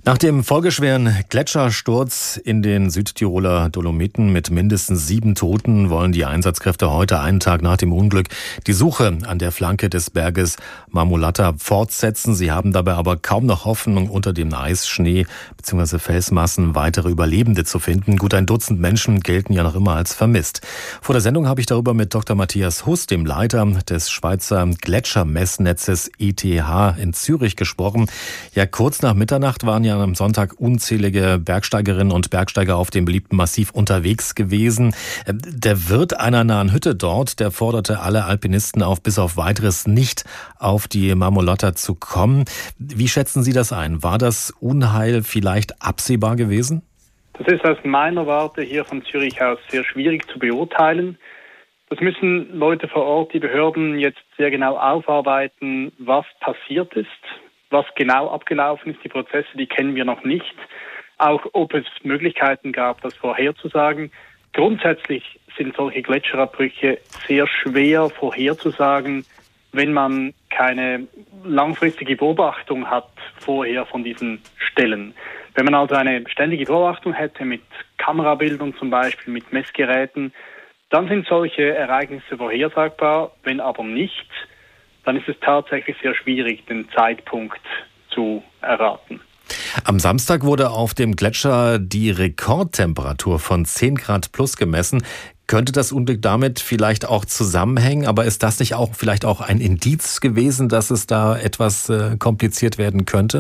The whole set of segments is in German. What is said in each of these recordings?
Nach dem folgeschweren Gletschersturz in den Südtiroler Dolomiten mit mindestens 7 Toten wollen die Einsatzkräfte heute, einen Tag nach dem Unglück, die Suche an der Flanke des Berges Marmolata fortsetzen. Sie haben dabei aber kaum noch Hoffnung, unter dem Eis, Schnee bzw. Felsmassen weitere Überlebende zu finden. Gut ein Dutzend Menschen gelten ja noch immer als vermisst. Vor der Sendung habe ich darüber mit Dr. Matthias Huss, dem Leiter des Schweizer Gletschermessnetzes ETH in Zürich, gesprochen. Ja, kurz nach Mitternacht waren ja am Sonntag unzählige Bergsteigerinnen und Bergsteiger auf dem beliebten Massiv unterwegs gewesen. Der Wirt einer nahen Hütte dort, der forderte alle Alpinisten auf, bis auf Weiteres nicht auf die Marmolata zu kommen. Wie schätzen Sie das ein? War das Unheil vielleicht absehbar gewesen? Das ist aus meiner Warte hier von Zürich aus sehr schwierig zu beurteilen. Das müssen Leute vor Ort, die Behörden, jetzt sehr genau aufarbeiten, was passiert ist. Was genau abgelaufen ist, die Prozesse, die kennen wir noch nicht. Auch ob es Möglichkeiten gab, das vorherzusagen. Grundsätzlich sind solche Gletscherabbrüche sehr schwer vorherzusagen, wenn man keine langfristige Beobachtung hat vorher von diesen Stellen. Wenn man also eine ständige Beobachtung hätte mit Kamerabildern zum Beispiel, mit Messgeräten, dann sind solche Ereignisse vorhersagbar. Wenn aber nicht, dann ist es tatsächlich sehr schwierig, den Zeitpunkt zu erraten. Am Samstag wurde auf dem Gletscher die Rekordtemperatur von 10 Grad plus gemessen. Könnte das Unglück damit vielleicht auch zusammenhängen? Aber ist das nicht auch vielleicht auch ein Indiz gewesen, dass es da etwas kompliziert werden könnte?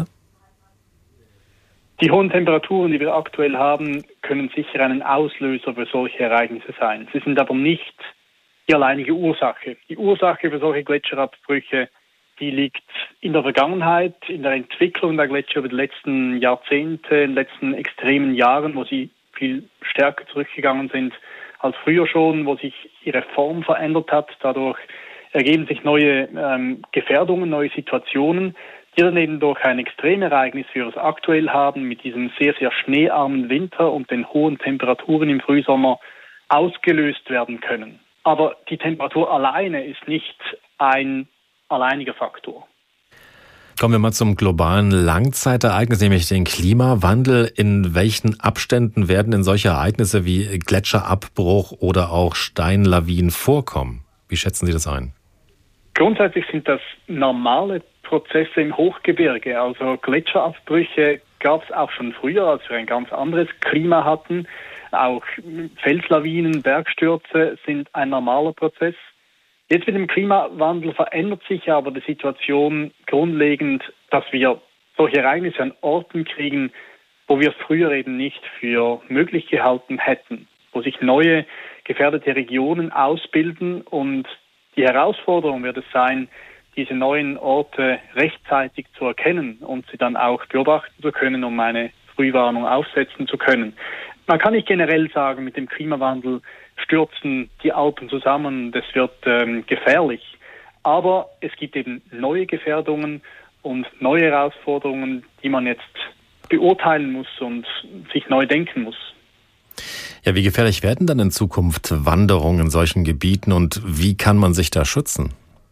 Die hohen Temperaturen, die wir aktuell haben, können sicher ein Auslöser für solche Ereignisse sein. Sie sind aber nicht die alleinige Ursache. Die Ursache für solche Gletscherabbrüche, die liegt in der Vergangenheit, in der Entwicklung der Gletscher über die letzten Jahrzehnte, in den letzten extremen Jahren, wo sie viel stärker zurückgegangen sind als früher schon, wo sich ihre Form verändert hat. Dadurch ergeben sich neue Gefährdungen, neue Situationen, die dann eben durch ein Extremereignis, wie wir es aktuell haben, mit diesem sehr, sehr schneearmen Winter und den hohen Temperaturen im Frühsommer ausgelöst werden können. Aber die Temperatur alleine ist nicht ein alleiniger Faktor. Kommen wir mal zum globalen Langzeitereignis, nämlich den Klimawandel. In welchen Abständen werden denn solche Ereignisse wie Gletscherabbruch oder auch Steinlawinen vorkommen? Wie schätzen Sie das ein? Grundsätzlich sind das normale Prozesse im Hochgebirge. Also Gletscherabbrüche gab es auch schon früher, als wir ein ganz anderes Klima hatten. Auch Felslawinen, Bergstürze sind ein normaler Prozess. Jetzt mit dem Klimawandel verändert sich aber die Situation grundlegend, dass wir solche Ereignisse an Orten kriegen, wo wir es früher eben nicht für möglich gehalten hätten, wo sich neue gefährdete Regionen ausbilden, und die Herausforderung wird es sein, diese neuen Orte rechtzeitig zu erkennen und sie dann auch beobachten zu können, um eine Frühwarnung aufsetzen zu können. Man kann nicht generell sagen, mit dem Klimawandel stürzen die Alpen zusammen, das wird gefährlich. Aber es gibt eben neue Gefährdungen und neue Herausforderungen, die man jetzt beurteilen muss und sich neu denken muss. Ja, wie gefährlich werden dann in Zukunft Wanderungen in solchen Gebieten und wie kann man sich da schützen?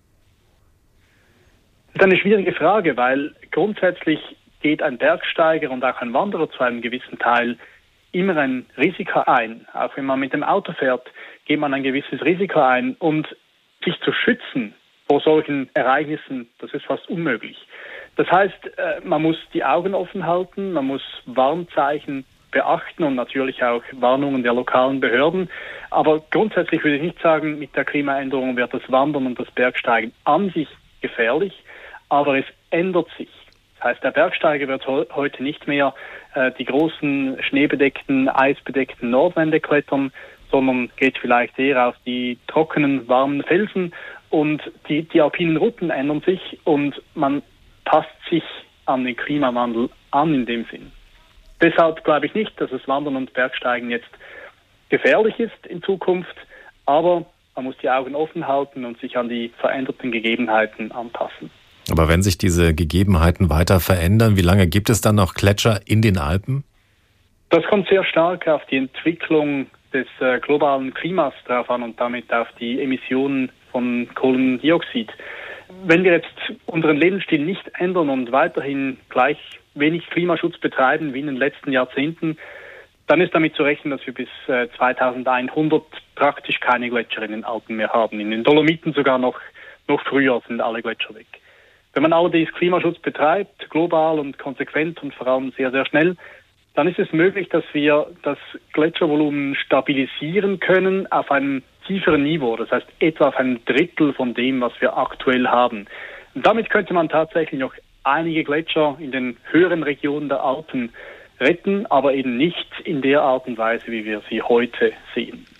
Das ist eine schwierige Frage, weil grundsätzlich geht ein Bergsteiger und auch ein Wanderer zu einem gewissen Teil immer ein Risiko ein. Auch wenn man mit dem Auto fährt, geht man ein gewisses Risiko ein. Und sich zu schützen vor solchen Ereignissen, das ist fast unmöglich. Das heißt, man muss die Augen offen halten, man muss Warnzeichen beachten und natürlich auch Warnungen der lokalen Behörden. Aber grundsätzlich würde ich nicht sagen, mit der Klimaänderung wird das Wandern und das Bergsteigen an sich gefährlich, aber es ändert sich. Das heißt, der Bergsteiger wird heute nicht mehr die großen schneebedeckten, eisbedeckten Nordwände klettern, sondern geht vielleicht eher auf die trockenen, warmen Felsen, und die alpinen Routen ändern sich und man passt sich an den Klimawandel an in dem Sinn. Deshalb glaube ich nicht, dass das Wandern und Bergsteigen jetzt gefährlich ist in Zukunft, aber man muss die Augen offen halten und sich an die veränderten Gegebenheiten anpassen. Aber wenn sich diese Gegebenheiten weiter verändern, wie lange gibt es dann noch Gletscher in den Alpen? Das kommt sehr stark auf die Entwicklung des globalen Klimas drauf an und damit auf die Emissionen von Kohlendioxid. Wenn wir jetzt unseren Lebensstil nicht ändern und weiterhin gleich wenig Klimaschutz betreiben wie in den letzten Jahrzehnten, dann ist damit zu rechnen, dass wir bis 2100 praktisch keine Gletscher in den Alpen mehr haben. In den Dolomiten sogar noch früher sind alle Gletscher weg. Wenn man allerdings Klimaschutz betreibt, global und konsequent und vor allem sehr, sehr schnell, dann ist es möglich, dass wir das Gletschervolumen stabilisieren können auf einem tieferen Niveau. Das heißt, etwa auf einem Drittel von dem, was wir aktuell haben. Und damit könnte man tatsächlich noch einige Gletscher in den höheren Regionen der Alpen retten, aber eben nicht in der Art und Weise, wie wir sie heute sehen.